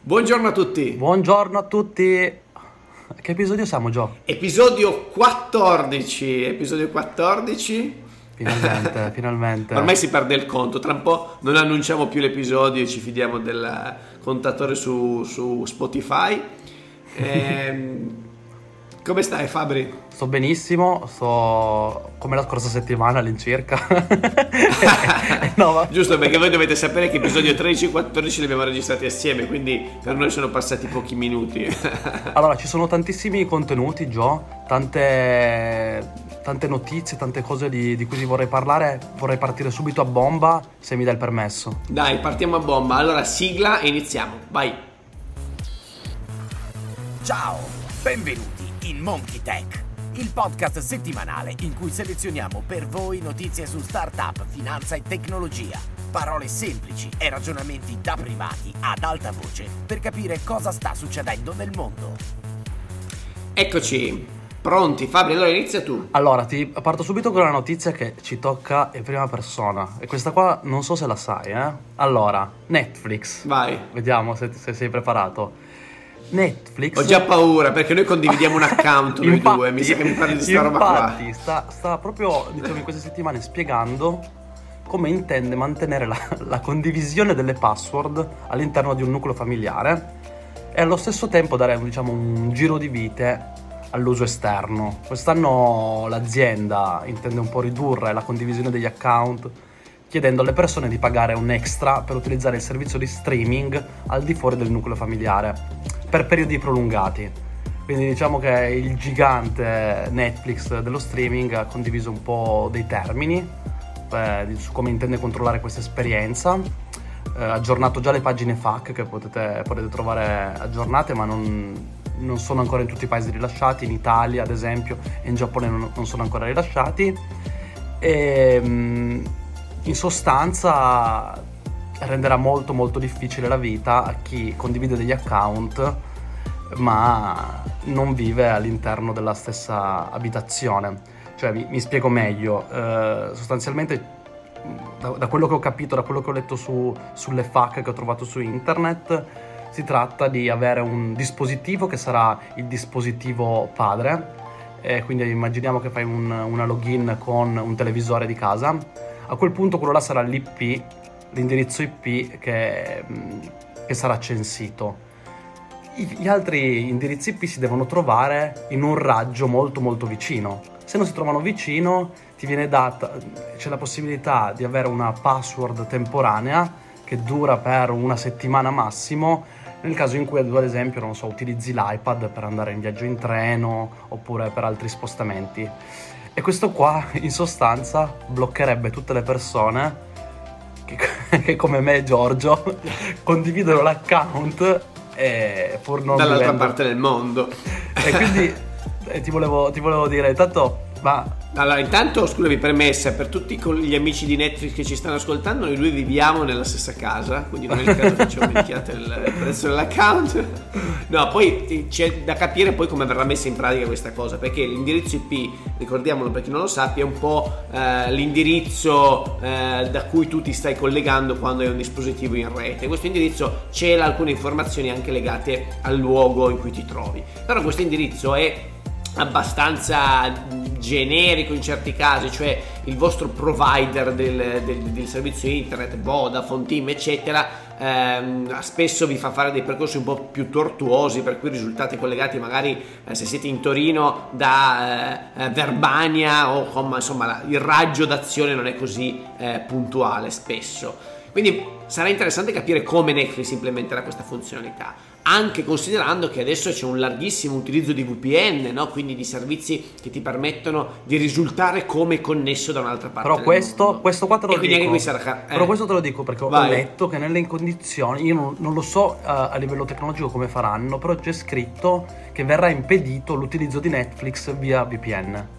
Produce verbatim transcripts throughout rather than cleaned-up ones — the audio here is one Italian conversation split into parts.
Buongiorno a tutti. Buongiorno a tutti. Che episodio siamo, Gio? Episodio quattordici. Episodio quattordici. Finalmente, finalmente. Ormai si perde il conto. Tra un po' non annunciamo più l'episodio e ci fidiamo del contatore su, su Spotify. Ehm, come stai, Fabri? Sto benissimo, sto come la scorsa settimana all'incirca. No, ma... Giusto, perché voi dovete sapere che episodio tredici e quattordici li abbiamo registrati assieme, quindi per noi sono passati pochi minuti. Allora, ci sono tantissimi contenuti, Gio, tante, tante notizie, tante cose di, di cui ti vorrei parlare. Vorrei partire subito a bomba, se mi dai il permesso. Dai, partiamo a bomba. Allora, sigla e iniziamo. Vai. Ciao, benvenuti in Monkey Tech, il podcast settimanale in cui selezioniamo per voi notizie su startup, finanza e tecnologia. Parole semplici e ragionamenti da privati ad alta voce per capire cosa sta succedendo nel mondo. Eccoci, pronti. Fabri, allora inizia tu. Allora, ti parto subito con una notizia che ci tocca in prima persona. E questa qua non so se la sai, eh? Allora, Netflix. Vai. Vediamo se, se sei preparato. Netflix. Ho già paura perché noi condividiamo un account noi infatti, due. Mi sa che mi parli di sta roba qua. Infatti, sta, sta proprio, diciamo, in queste settimane spiegando come intende mantenere la, la condivisione delle password all'interno di un nucleo familiare e allo stesso tempo dare, diciamo, un giro di vite all'uso esterno. Quest'anno l'azienda intende un po' ridurre la condivisione degli account, chiedendo alle persone di pagare un extra per utilizzare il servizio di streaming al di fuori del nucleo familiare per periodi prolungati. Quindi diciamo che il gigante Netflix dello streaming ha condiviso un po' dei termini eh, su come intende controllare questa esperienza. Eh, ha aggiornato già le pagine F A Q che potete, potete trovare aggiornate, ma non, non sono ancora in tutti i paesi rilasciati. In Italia, ad esempio, e in Giappone non, non sono ancora rilasciati. E in sostanza renderà molto molto difficile la vita a chi condivide degli account ma non vive all'interno della stessa abitazione. Cioè, mi, mi spiego meglio. Eh, sostanzialmente, da, da quello che ho capito, da quello che ho letto su, sulle F A Q che ho trovato su internet, si tratta di avere un dispositivo che sarà il dispositivo padre, e quindi immaginiamo che fai un, una login con un televisore di casa. A quel punto quello là sarà l'I P, l'indirizzo I P che, che sarà censito. Gli altri indirizzi I P si devono trovare in un raggio molto molto vicino. Se non si trovano vicino, ti viene data, c'è la possibilità di avere una password temporanea che dura per una settimana massimo, nel caso in cui, ad esempio, non so, utilizzi l'iPad per andare in viaggio in treno oppure per altri spostamenti. E questo qua, in sostanza, bloccherebbe tutte le persone che, che come me e Giorgio condividono l'account e pur non dall'altra vivendo... parte del mondo. E quindi eh, ti, volevo, ti volevo dire, intanto, ma... Allora, intanto, scusami, premessa, per tutti gli amici di Netflix che ci stanno ascoltando, noi due viviamo nella stessa casa, quindi non è il caso che ci aumentiate il, il prezzo dell'account. No, poi c'è da capire poi come verrà messa in pratica questa cosa, perché l'indirizzo I P, ricordiamolo per chi non lo sappia, è un po' eh, l'indirizzo eh, da cui tu ti stai collegando quando hai un dispositivo in rete. Questo indirizzo cela alcune informazioni anche legate al luogo in cui ti trovi, però questo indirizzo è abbastanza generico in certi casi, cioè il vostro provider del, del, del servizio internet, Vodafone, Team, eccetera, ehm, spesso vi fa fare dei percorsi un po' più tortuosi, per cui risultate collegati magari eh, se siete in Torino da eh, Verbania o come, insomma, la, il raggio d'azione non è così eh, puntuale spesso. Quindi sarà interessante capire come Netflix implementerà questa funzionalità, anche considerando che adesso c'è un larghissimo utilizzo di V P N, no? Quindi di servizi che ti permettono di risultare come connesso da un'altra parte. Però questo, mondo. questo qua te lo e quindi dico. Anche qui sarà, eh. Però questo te lo dico perché Vai. ho letto che nelle condizioni, io non, non lo so uh, a livello tecnologico come faranno, però c'è scritto che verrà impedito l'utilizzo di Netflix via V P N.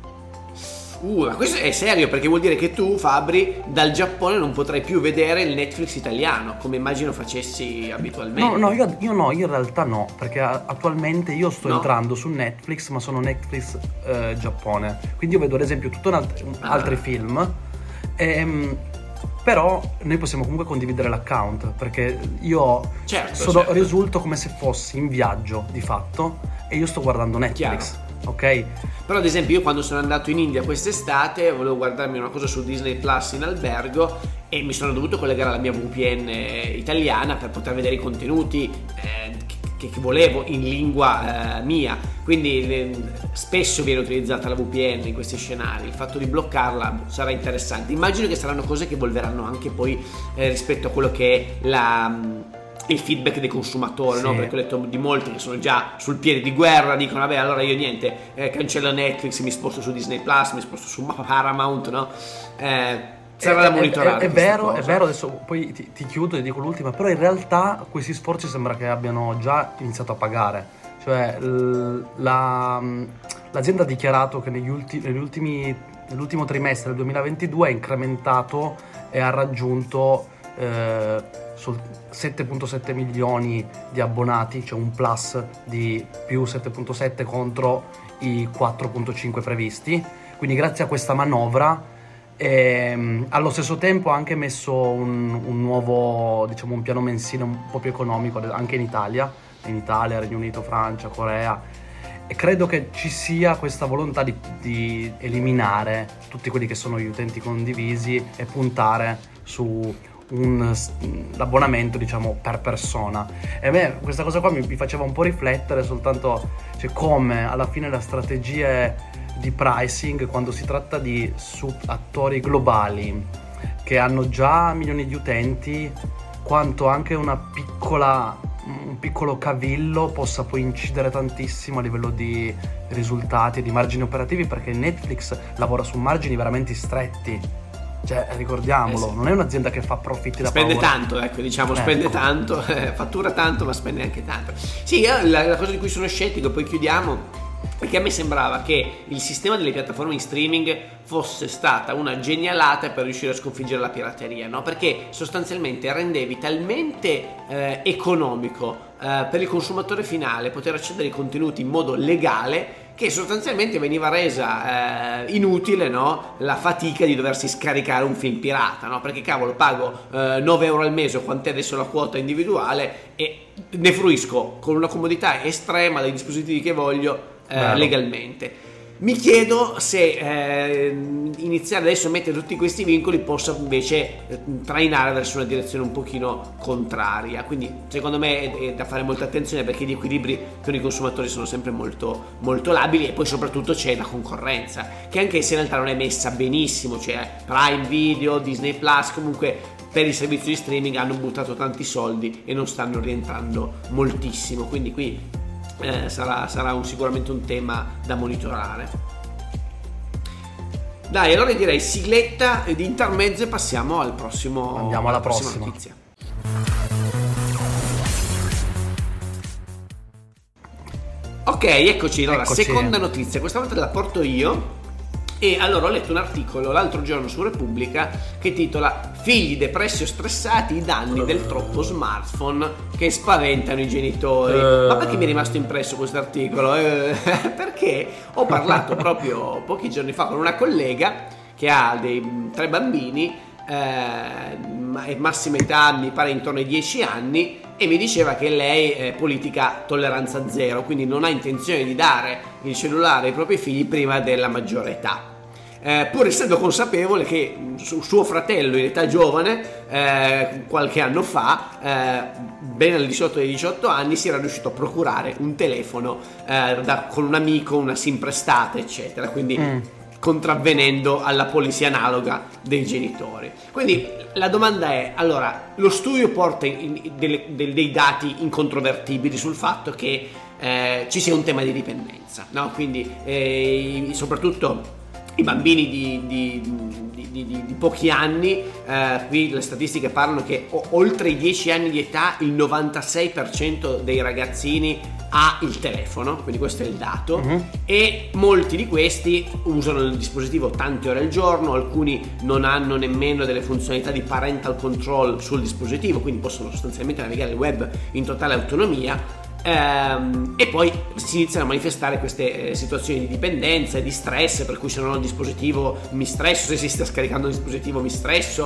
Uh, ma questo è serio, perché vuol dire che tu, Fabri, dal Giappone non potrai più vedere il Netflix italiano, come immagino facessi abitualmente. No, no, io, io no, io in realtà no, perché attualmente io sto no? entrando su Netflix, ma sono Netflix eh, Giappone. Quindi io vedo ad esempio tutti alt- ah. altri film e, Però noi possiamo comunque condividere l'account, perché io certo, sono, certo. risulto come se fossi in viaggio di fatto e io sto guardando Netflix. Chiaro. Ok? Però ad esempio io quando sono andato in India quest'estate volevo guardarmi una cosa su Disney Plus in albergo e mi sono dovuto collegare alla mia V P N italiana per poter vedere i contenuti eh, che, che volevo in lingua eh, mia, quindi eh, spesso viene utilizzata la V P N in questi scenari. Il fatto di bloccarla sarà interessante. Immagino che saranno cose che evolveranno anche poi eh, rispetto a quello che è la il feedback dei consumatori, sì. no? Perché ho letto di molti che sono già sul piede di guerra, dicono vabbè allora io niente, eh, cancello Netflix, mi sposto su Disney Plus, mi sposto su Paramount, no? Eh, sarà da monitorare. È, è, è vero, cosa. È vero, adesso poi ti, ti chiudo e dico l'ultima, però in realtà questi sforzi sembra che abbiano già iniziato a pagare, cioè l, la, l'azienda ha dichiarato che negli, ulti, negli ultimi, nell'ultimo trimestre del duemilaventidue ha incrementato e ha raggiunto eh, sette virgola sette milioni di abbonati, cioè un plus di più sette virgola sette contro i quattro virgola cinque previsti, quindi grazie a questa manovra ehm, allo stesso tempo ha anche messo un, un nuovo, diciamo un piano mensile un po' più economico anche in Italia, in Italia, Regno Unito, Francia, Corea, e credo che ci sia questa volontà di, di eliminare tutti quelli che sono gli utenti condivisi e puntare su un l'abbonamento, diciamo, per persona. E a me questa cosa qua mi, mi faceva un po' riflettere soltanto, cioè, come alla fine le strategie di pricing, quando si tratta di su attori globali che hanno già milioni di utenti, quanto anche una piccola un piccolo cavillo possa poi incidere tantissimo a livello di risultati e di margini operativi, perché Netflix lavora su margini veramente stretti. Cioè, ricordiamolo, eh sì. Non è un'azienda che fa profitti da spende paura. tanto, ecco, diciamo, ecco. spende tanto, eh, fattura tanto, ma spende anche tanto. Sì, io, la, la cosa di cui sono scettico, poi chiudiamo, perché a me sembrava che il sistema delle piattaforme in streaming fosse stata una genialata per riuscire a sconfiggere la pirateria, no? Perché sostanzialmente rendevi talmente eh, economico eh, per il consumatore finale poter accedere ai contenuti in modo legale, che sostanzialmente veniva resa eh, inutile, no? La fatica di doversi scaricare un film pirata, no? Perché cavolo, pago eh, nove euro al mese o quant'è adesso la quota individuale e ne fruisco con una comodità estrema dai dispositivi che voglio eh, legalmente. Mi chiedo se eh, iniziare adesso a mettere tutti questi vincoli possa invece eh, trainare verso una direzione un pochino contraria. Quindi secondo me è, è da fare molta attenzione, perché gli equilibri con i consumatori sono sempre molto, molto labili, e poi soprattutto c'è la concorrenza, che anche se in realtà non è messa benissimo, cioè Prime Video, Disney Plus, comunque per i servizi di streaming hanno buttato tanti soldi e non stanno rientrando moltissimo, quindi qui Eh, sarà, sarà un, sicuramente un tema da monitorare. Dai, allora direi sigletta di intermezzo e passiamo al prossimo. Andiamo alla, alla prossima, prossima notizia. Ok, eccoci. Allora, eccoci. Seconda notizia, questa volta la porto io. E allora ho letto un articolo l'altro giorno su Repubblica che titola "Figli depressi o stressati, i danni del troppo smartphone che spaventano i genitori". Uh. Ma perché mi è rimasto impresso questo articolo? Eh, perché ho parlato proprio pochi giorni fa con una collega che ha dei tre bambini, eh, massima età mi pare intorno ai dieci anni, e mi diceva che lei è politica tolleranza zero, quindi non ha intenzione di dare il cellulare ai propri figli prima della maggiore età. Eh, pur essendo consapevole che su, suo fratello in età giovane, eh, qualche anno fa, eh, ben al di sotto dei diciotto anni, si era riuscito a procurare un telefono eh, da, con un amico, una SIM prestata, eccetera, quindi mm. contravvenendo alla policy analoga dei genitori. Quindi la domanda è, allora, lo studio porta in, in, delle, dei, dei dati incontrovertibili sul fatto che eh, ci sia un tema di dipendenza, no? Quindi eh, soprattutto i bambini di, di, di, di, di pochi anni, eh, qui le statistiche parlano che o, oltre i dieci anni di età il novantasei per cento dei ragazzini ha il telefono, quindi questo è il dato, uh-huh. e molti di questi usano il dispositivo tante ore al giorno, alcuni non hanno nemmeno delle funzionalità di parental control sul dispositivo, quindi possono sostanzialmente navigare il web in totale autonomia. Ehm, e poi si iniziano a manifestare queste eh, situazioni di dipendenza e di stress, per cui se non ho il dispositivo mi stresso, se si sta scaricando il dispositivo mi stresso,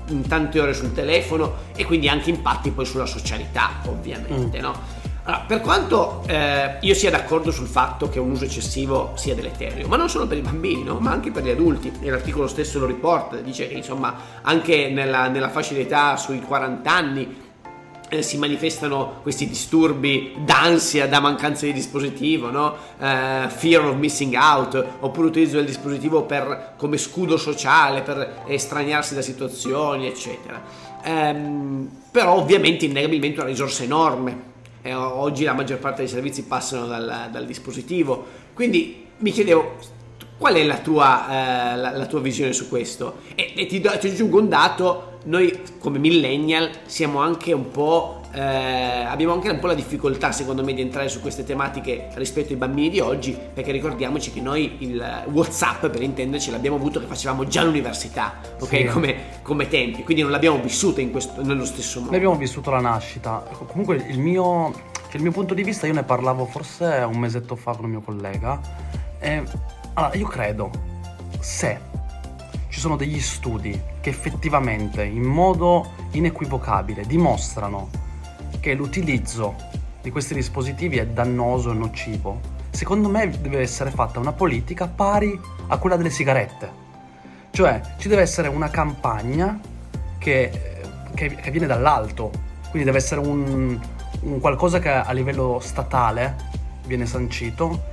tante ore sul telefono e quindi anche impatti poi sulla socialità, ovviamente, mm. no? Allora, per quanto eh, io sia d'accordo sul fatto che un uso eccessivo sia deleterio, ma non solo per i bambini, no? Ma anche per gli adulti, e l'articolo stesso lo riporta, dice che insomma anche nella, nella fascia d'età sui quaranta anni eh, si manifestano questi disturbi d'ansia da mancanza di dispositivo, no? eh, fear of missing out, oppure utilizzo del dispositivo per, come scudo sociale, per estraniarsi da situazioni, eccetera. Ehm, però ovviamente innegabilmente una risorsa enorme. Eh, oggi la maggior parte dei servizi passano dal, dal dispositivo, quindi mi chiedevo qual è la tua, eh, la, la tua visione su questo, e, e ti, do, ti aggiungo un dato: noi come millennial siamo anche un po' eh, abbiamo anche un po' la difficoltà, secondo me, di entrare su queste tematiche rispetto ai bambini di oggi, perché ricordiamoci che noi il WhatsApp, per intenderci, l'abbiamo avuto che facevamo già all'università, ok? Sì. come, come tempi, quindi non l'abbiamo vissuta in questo, nello stesso modo. Noi abbiamo vissuto la nascita. Comunque il mio, cioè il mio punto di vista, io ne parlavo forse un mesetto fa con un mio collega, e allora io credo, se ci sono degli studi che effettivamente in modo inequivocabile dimostrano che l'utilizzo di questi dispositivi è dannoso e nocivo, secondo me deve essere fatta una politica pari a quella delle sigarette. Cioè ci deve essere una campagna che, che, che viene dall'alto, quindi deve essere un, un qualcosa che a livello statale viene sancito,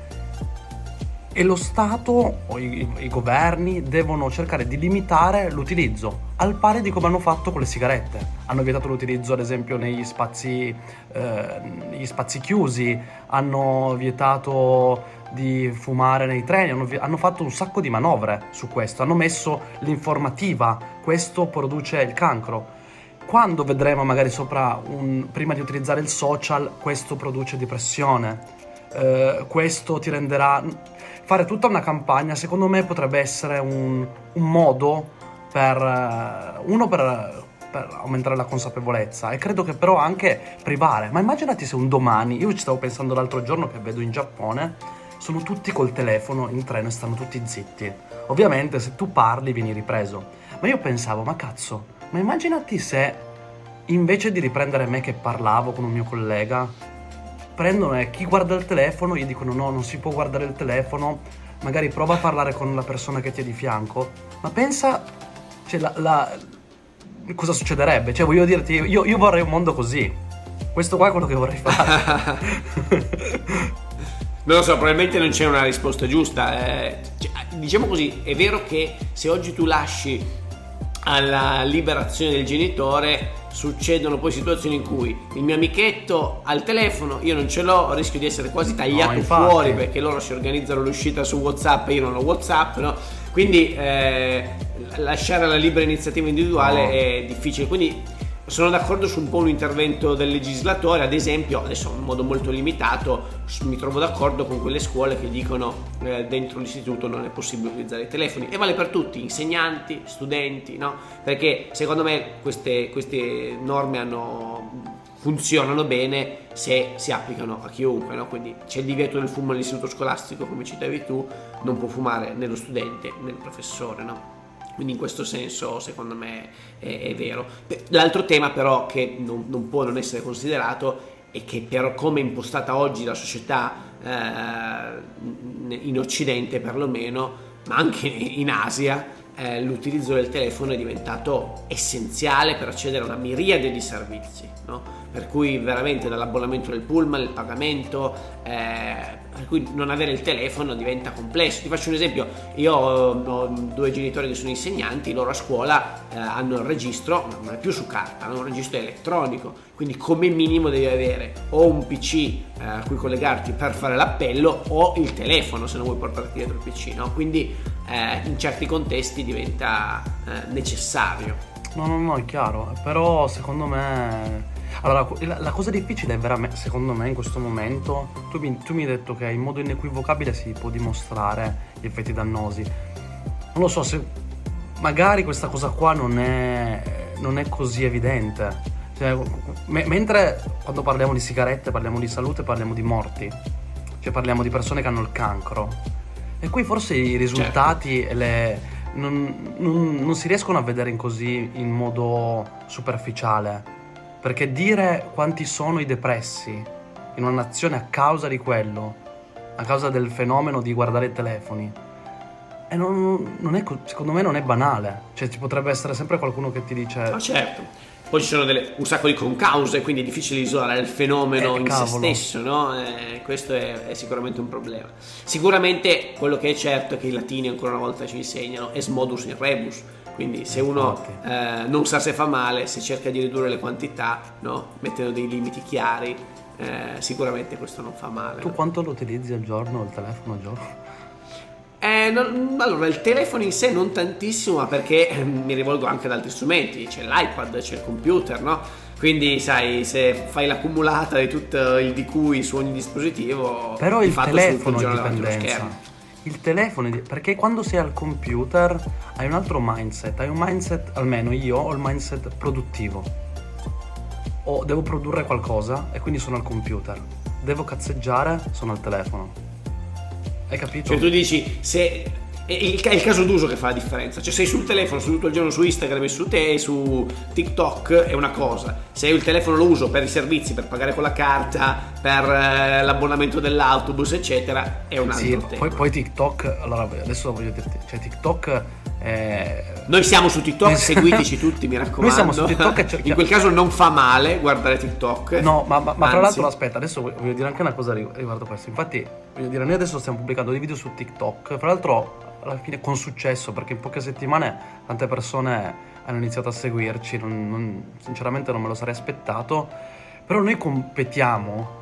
e lo Stato o i, i governi devono cercare di limitare l'utilizzo, al pari di come hanno fatto con le sigarette. Hanno vietato l'utilizzo, ad esempio, negli spazi, eh, negli spazi chiusi, hanno vietato di fumare nei treni, hanno, hanno fatto un sacco di manovre su questo, hanno messo l'informativa, questo produce il cancro. Quando vedremo magari sopra, un, prima di utilizzare il social, questo produce depressione, eh, questo ti renderà... Fare tutta una campagna, secondo me, potrebbe essere un, un modo per, uno per, per aumentare la consapevolezza, e credo che però anche privare. Ma immaginati se un domani, io ci stavo pensando l'altro giorno che vedo in Giappone, sono tutti col telefono in treno e stanno tutti zitti. Ovviamente se tu parli vieni ripreso, ma io pensavo, ma cazzo, ma immaginati se invece di riprendere me che parlavo con un mio collega, prendono e chi guarda il telefono gli dicono no, non si può guardare il telefono, magari prova a parlare con la persona che ti è di fianco. Ma pensa, cioè, la, la, cosa succederebbe? Cioè, voglio dirti, io, io vorrei un mondo così. Questo qua è quello che vorrei fare. Non lo so, probabilmente non c'è una risposta giusta. Eh, cioè, diciamo così, è vero che se oggi tu lasci alla liberazione del genitore, succedono poi situazioni in cui il mio amichetto ha il telefono, io non ce l'ho, rischio di essere quasi tagliato no, fuori, perché loro si organizzano l'uscita su WhatsApp e io non ho WhatsApp, no? Quindi eh, lasciare la libera iniziativa individuale no. è difficile, quindi sono d'accordo su un po' un intervento del legislatore, ad esempio, adesso in modo molto limitato, mi trovo d'accordo con quelle scuole che dicono eh, dentro l'istituto non è possibile utilizzare i telefoni, e vale per tutti, insegnanti, studenti, no? Perché secondo me queste, queste norme hanno, funzionano bene se si applicano a chiunque, no? Quindi c'è il divieto del fumo nell'istituto scolastico, come citavi tu, non può fumare né lo studente né il professore, no? Quindi in questo senso secondo me è, è vero. L'altro tema però che non, non può non essere considerato è che, per come è impostata oggi la società eh, in Occidente perlomeno, ma anche in Asia, eh, l'utilizzo del telefono è diventato essenziale per accedere a una miriade di servizi, no? Per cui veramente dall'abbonamento del pullman, il pagamento, eh, per cui non avere il telefono diventa complesso. Ti faccio un esempio: io ho due genitori che sono insegnanti, loro a scuola eh, hanno il registro, ma non è più su carta, hanno un registro elettronico, quindi come minimo devi avere o un P C eh, a cui collegarti per fare l'appello, o il telefono se non vuoi portarti dietro il P C, no? Quindi eh, in certi contesti diventa eh, necessario. No, no, no, è chiaro, però secondo me... Allora, la, la cosa difficile è veramente, secondo me, in questo momento, tu mi, tu mi hai detto che in modo inequivocabile si può dimostrare gli effetti dannosi. Non lo so, se magari questa cosa qua non è, non è così evidente. Cioè, me, mentre quando parliamo di sigarette parliamo di salute, parliamo di morti. Cioè parliamo di persone che hanno il cancro. E qui forse i risultati, certo. le, non, non, non si riescono a vedere in così in modo superficiale, perché dire quanti sono i depressi in una nazione a causa di quello, a causa del fenomeno di guardare i telefoni, e non, non è, secondo me non è banale, cioè ci potrebbe essere sempre qualcuno che ti dice ah certo. Poi ci sono delle, un sacco di concause, quindi è difficile isolare il fenomeno eh, in cavolo. se stesso, no? Eh, questo è, è sicuramente un problema. Sicuramente quello che è certo è che i latini ancora una volta ci insegnano es modus in rebus, quindi se uno eh, non sa se fa male, se cerca di ridurre le quantità, no? Mettendo dei limiti chiari, eh, sicuramente questo non fa male. Tu no? quanto lo utilizzi al giorno, il telefono al giorno? Eh, non, allora il telefono in sé non tantissimo, ma perché eh, mi rivolgo anche ad altri strumenti, c'è l'iPad, c'è il computer, no? Quindi sai, se fai l'accumulata di tutto il di cui su ogni dispositivo, però di il fatto telefono è sul giorno davanti allo dipendenza. schermo. Il telefono è di- perché quando sei al computer hai un altro mindset, hai un mindset, almeno io ho il mindset produttivo. O devo produrre qualcosa e quindi sono al computer. Devo cazzeggiare, sono al telefono. Hai capito? Cioè tu dici, se è il, è il caso d'uso che fa la differenza, cioè sei sul telefono, sei tutto il giorno su Instagram e su te e su TikTok è una cosa, se io il telefono lo uso per i servizi, per pagare con la carta, per eh, l'abbonamento dell'autobus eccetera, è un altro Sì, tema. poi, poi TikTok, allora adesso voglio dirti, cioè TikTok è... Noi siamo su TikTok, seguiteci tutti, mi raccomando. Noi siamo su TikTok e cerchiamo... In quel caso non fa male guardare TikTok. No, ma, ma, ma tra Anzi. l'altro aspetta, adesso voglio dire anche una cosa riguardo questo. Infatti, voglio dire, noi adesso stiamo pubblicando dei video su TikTok. Fra l'altro, alla fine con successo, perché in poche settimane tante persone hanno iniziato a seguirci. Non, non, sinceramente non me lo sarei aspettato. Però noi competiamo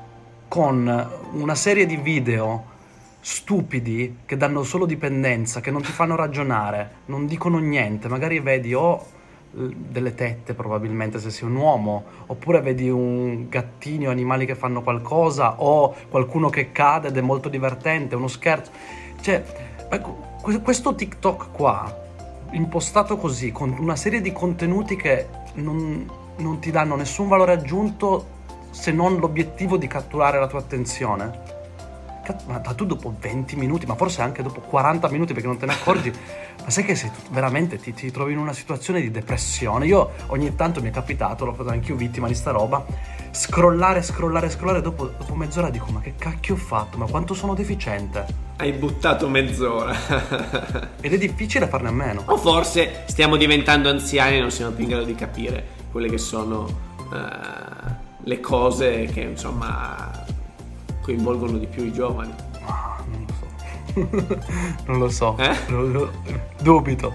con una serie di video stupidi che danno solo dipendenza, che non ti fanno ragionare, non dicono niente. Magari vedi o delle tette probabilmente se sei un uomo, oppure vedi un gattino, animali che fanno qualcosa, o qualcuno che cade ed è molto divertente, uno scherzo. Cioè, ecco, questo TikTok qua, impostato così, con una serie di contenuti che non, non ti danno nessun valore aggiunto se non l'obiettivo di catturare la tua attenzione. Ma tu dopo venti minuti, ma forse anche dopo quaranta minuti perché non te ne accorgi, ma sai che sei tu, veramente ti, ti trovi in una situazione di depressione. Io ogni tanto mi è capitato, l'ho fatto anch'io vittima di sta roba, scrollare, scrollare, scrollare, dopo, dopo mezz'ora dico ma che cacchio ho fatto, ma quanto sono deficiente. Hai buttato mezz'ora. Ed è difficile farne a meno. O forse stiamo diventando anziani e non siamo più in grado di capire quelle che sono uh, le cose che insomma coinvolgono di più i giovani. Ah, non lo so. non lo so. Eh? Lo, lo, dubito.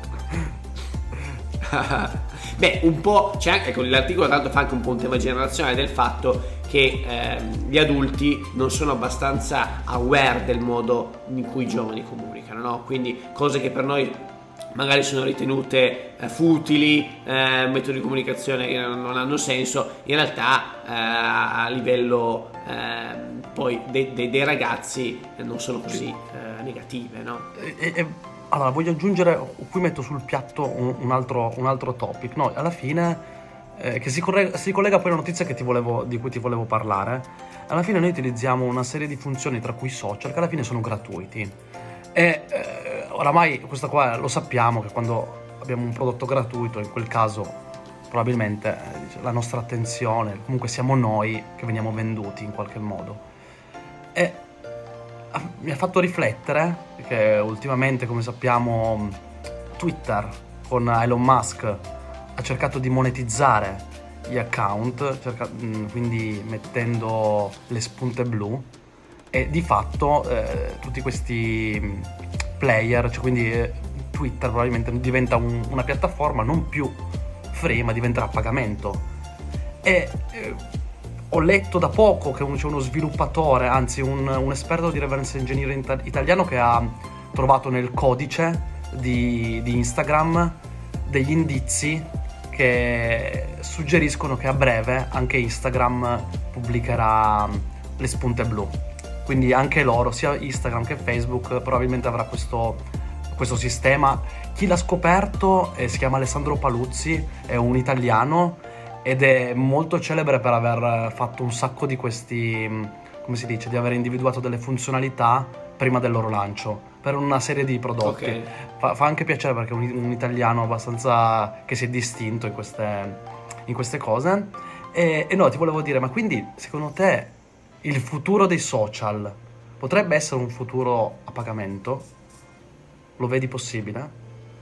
Beh, un po' c'è anche, ecco, l'articolo tanto fa anche un po' un tema generazionale del fatto che ehm, gli adulti non sono abbastanza aware del modo in cui i giovani comunicano, no? Quindi cose che per noi magari sono ritenute eh, futili, eh, metodi di comunicazione che non hanno senso, in realtà eh, a livello eh, poi dei, dei, dei ragazzi eh, non sono così eh, negative, no? E, e, allora voglio aggiungere, qui metto sul piatto un, un, altro, un altro topic, no? Alla fine eh, che si collega, si collega poi alla notizia che ti volevo, di cui ti volevo parlare. Alla fine noi utilizziamo una serie di funzioni, tra cui social, che alla fine sono gratuiti e eh, oramai questo qua lo sappiamo, che quando abbiamo un prodotto gratuito, in quel caso probabilmente eh, la nostra attenzione, comunque siamo noi che veniamo venduti in qualche modo. E ah, mi ha fatto riflettere che ultimamente, come sappiamo, Twitter con Elon Musk ha cercato di monetizzare gli account, cerca, quindi mettendo le spunte blu, e di fatto eh, tutti questi player, cioè quindi eh, Twitter probabilmente diventa un, una piattaforma non più free, ma diventerà a pagamento. E eh, ho letto da poco che un, c'è uno sviluppatore, anzi un, un esperto di reverse engineering italiano, che ha trovato nel codice di, di Instagram degli indizi che suggeriscono che a breve anche Instagram pubblicherà le spunte blu. Quindi anche loro, sia Instagram che Facebook, probabilmente avrà questo, questo sistema. Chi l'ha scoperto eh, si chiama Alessandro Paluzzi, è un italiano ed è molto celebre per aver fatto un sacco di questi, come si dice, di aver individuato delle funzionalità prima del loro lancio. per una serie di prodotti. Ok. Fa, fa anche piacere perché è un, un italiano abbastanza che si è distinto in queste, in queste cose. E, e no, ti volevo dire, ma quindi secondo te il futuro dei social potrebbe essere un futuro a pagamento? Lo vedi possibile?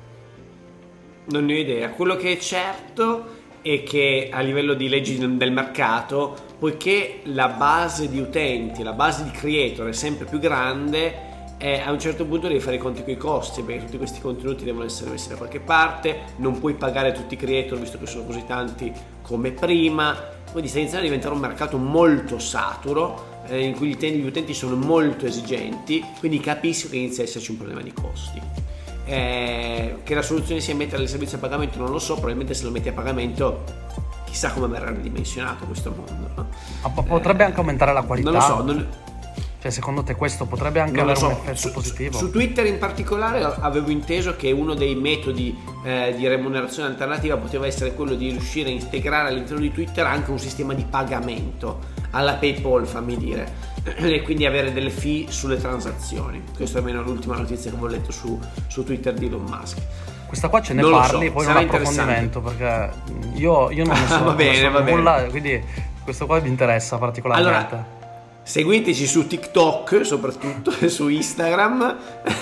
Non ne ho idea. Quello che è certo è che a livello di leggi del mercato, poiché la base di utenti, la base di creator è sempre più grande, eh, a un certo punto devi fare i conti con i costi, perché tutti questi contenuti devono essere messi da qualche parte, non puoi pagare tutti i creator visto che sono così tanti come prima, quindi sta iniziando a diventare un mercato molto saturo, eh, in cui gli utenti, gli utenti sono molto esigenti, quindi capisco che inizia a esserci un problema di costi. Eh, che la soluzione sia mettere il servizio a pagamento non lo so, probabilmente se lo metti a pagamento chissà come verrà ridimensionato questo mondo, no? Ma potrebbe eh, anche aumentare la qualità? Non lo so, non... Cioè secondo te questo potrebbe anche non avere so. un effetto su, positivo? Su Twitter in particolare avevo inteso che uno dei metodi eh, di remunerazione alternativa poteva essere quello di riuscire a integrare all'interno di Twitter anche un sistema di pagamento alla PayPal, fammi dire, e quindi avere delle fee sulle transazioni. Questa è almeno l'ultima notizia che avevo letto su, su Twitter di Elon Musk. Questa qua ce ne non parli, so, poi sarà un approfondimento, perché io, io non ne so, va bene, non so va nulla, bene. quindi questo qua mi interessa particolarmente. Allora, seguiteci su TikTok soprattutto e su Instagram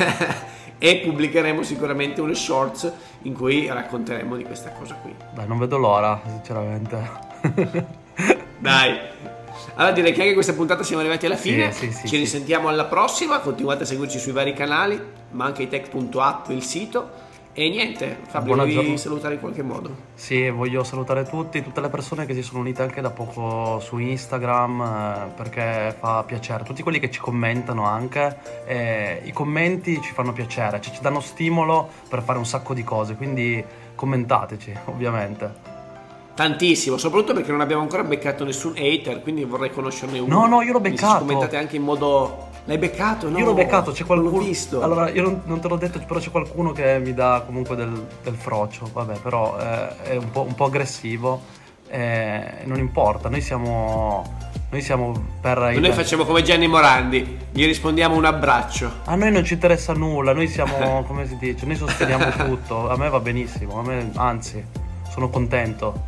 e pubblicheremo sicuramente une shorts in cui racconteremo di questa cosa qui. Dai, non vedo l'ora, sinceramente. Dai, allora direi che anche questa puntata siamo arrivati alla fine. Sì, sì, sì, ci risentiamo sì. alla prossima, continuate a seguirci sui vari canali, ma anche tech punto app, il sito. E niente, Fabio, Buona vuoi giornata. salutare in qualche modo? Sì, voglio salutare tutti, tutte le persone che si sono unite anche da poco su Instagram, eh, perché fa piacere, tutti quelli che ci commentano anche, eh, i commenti ci fanno piacere, cioè ci danno stimolo per fare un sacco di cose, quindi commentateci, ovviamente. Tantissimo, soprattutto perché non abbiamo ancora beccato nessun hater, quindi vorrei conoscerne uno. No, no, io l'ho Quindi se beccato. ci commentate anche in modo... L'hai beccato? No, Io l'ho beccato, c'è qualcuno. Non l'ho visto. Allora, io non, non te l'ho detto, però c'è qualcuno che mi dà comunque del, del frocio. Vabbè, però eh, è un po', un po' aggressivo. Eh, non importa, noi siamo. Noi siamo per. Noi facciamo come Gianni Morandi, gli rispondiamo un abbraccio. A noi non ci interessa nulla, noi siamo. Come si dice? Noi sosteniamo tutto. A me va benissimo, a me, anzi, sono contento.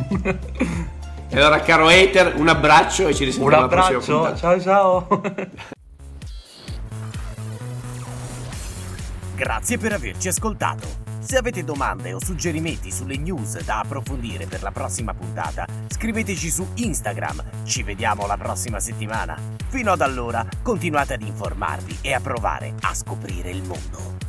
E allora, caro hater, un abbraccio e ci risentiamo Un alla prossima abbraccio, puntata. ciao ciao. Grazie per averci ascoltato. Se avete domande o suggerimenti sulle news da approfondire per la prossima puntata, scriveteci su Instagram. Ci vediamo la prossima settimana. Fino ad allora, continuate ad informarvi e a provare a scoprire il mondo.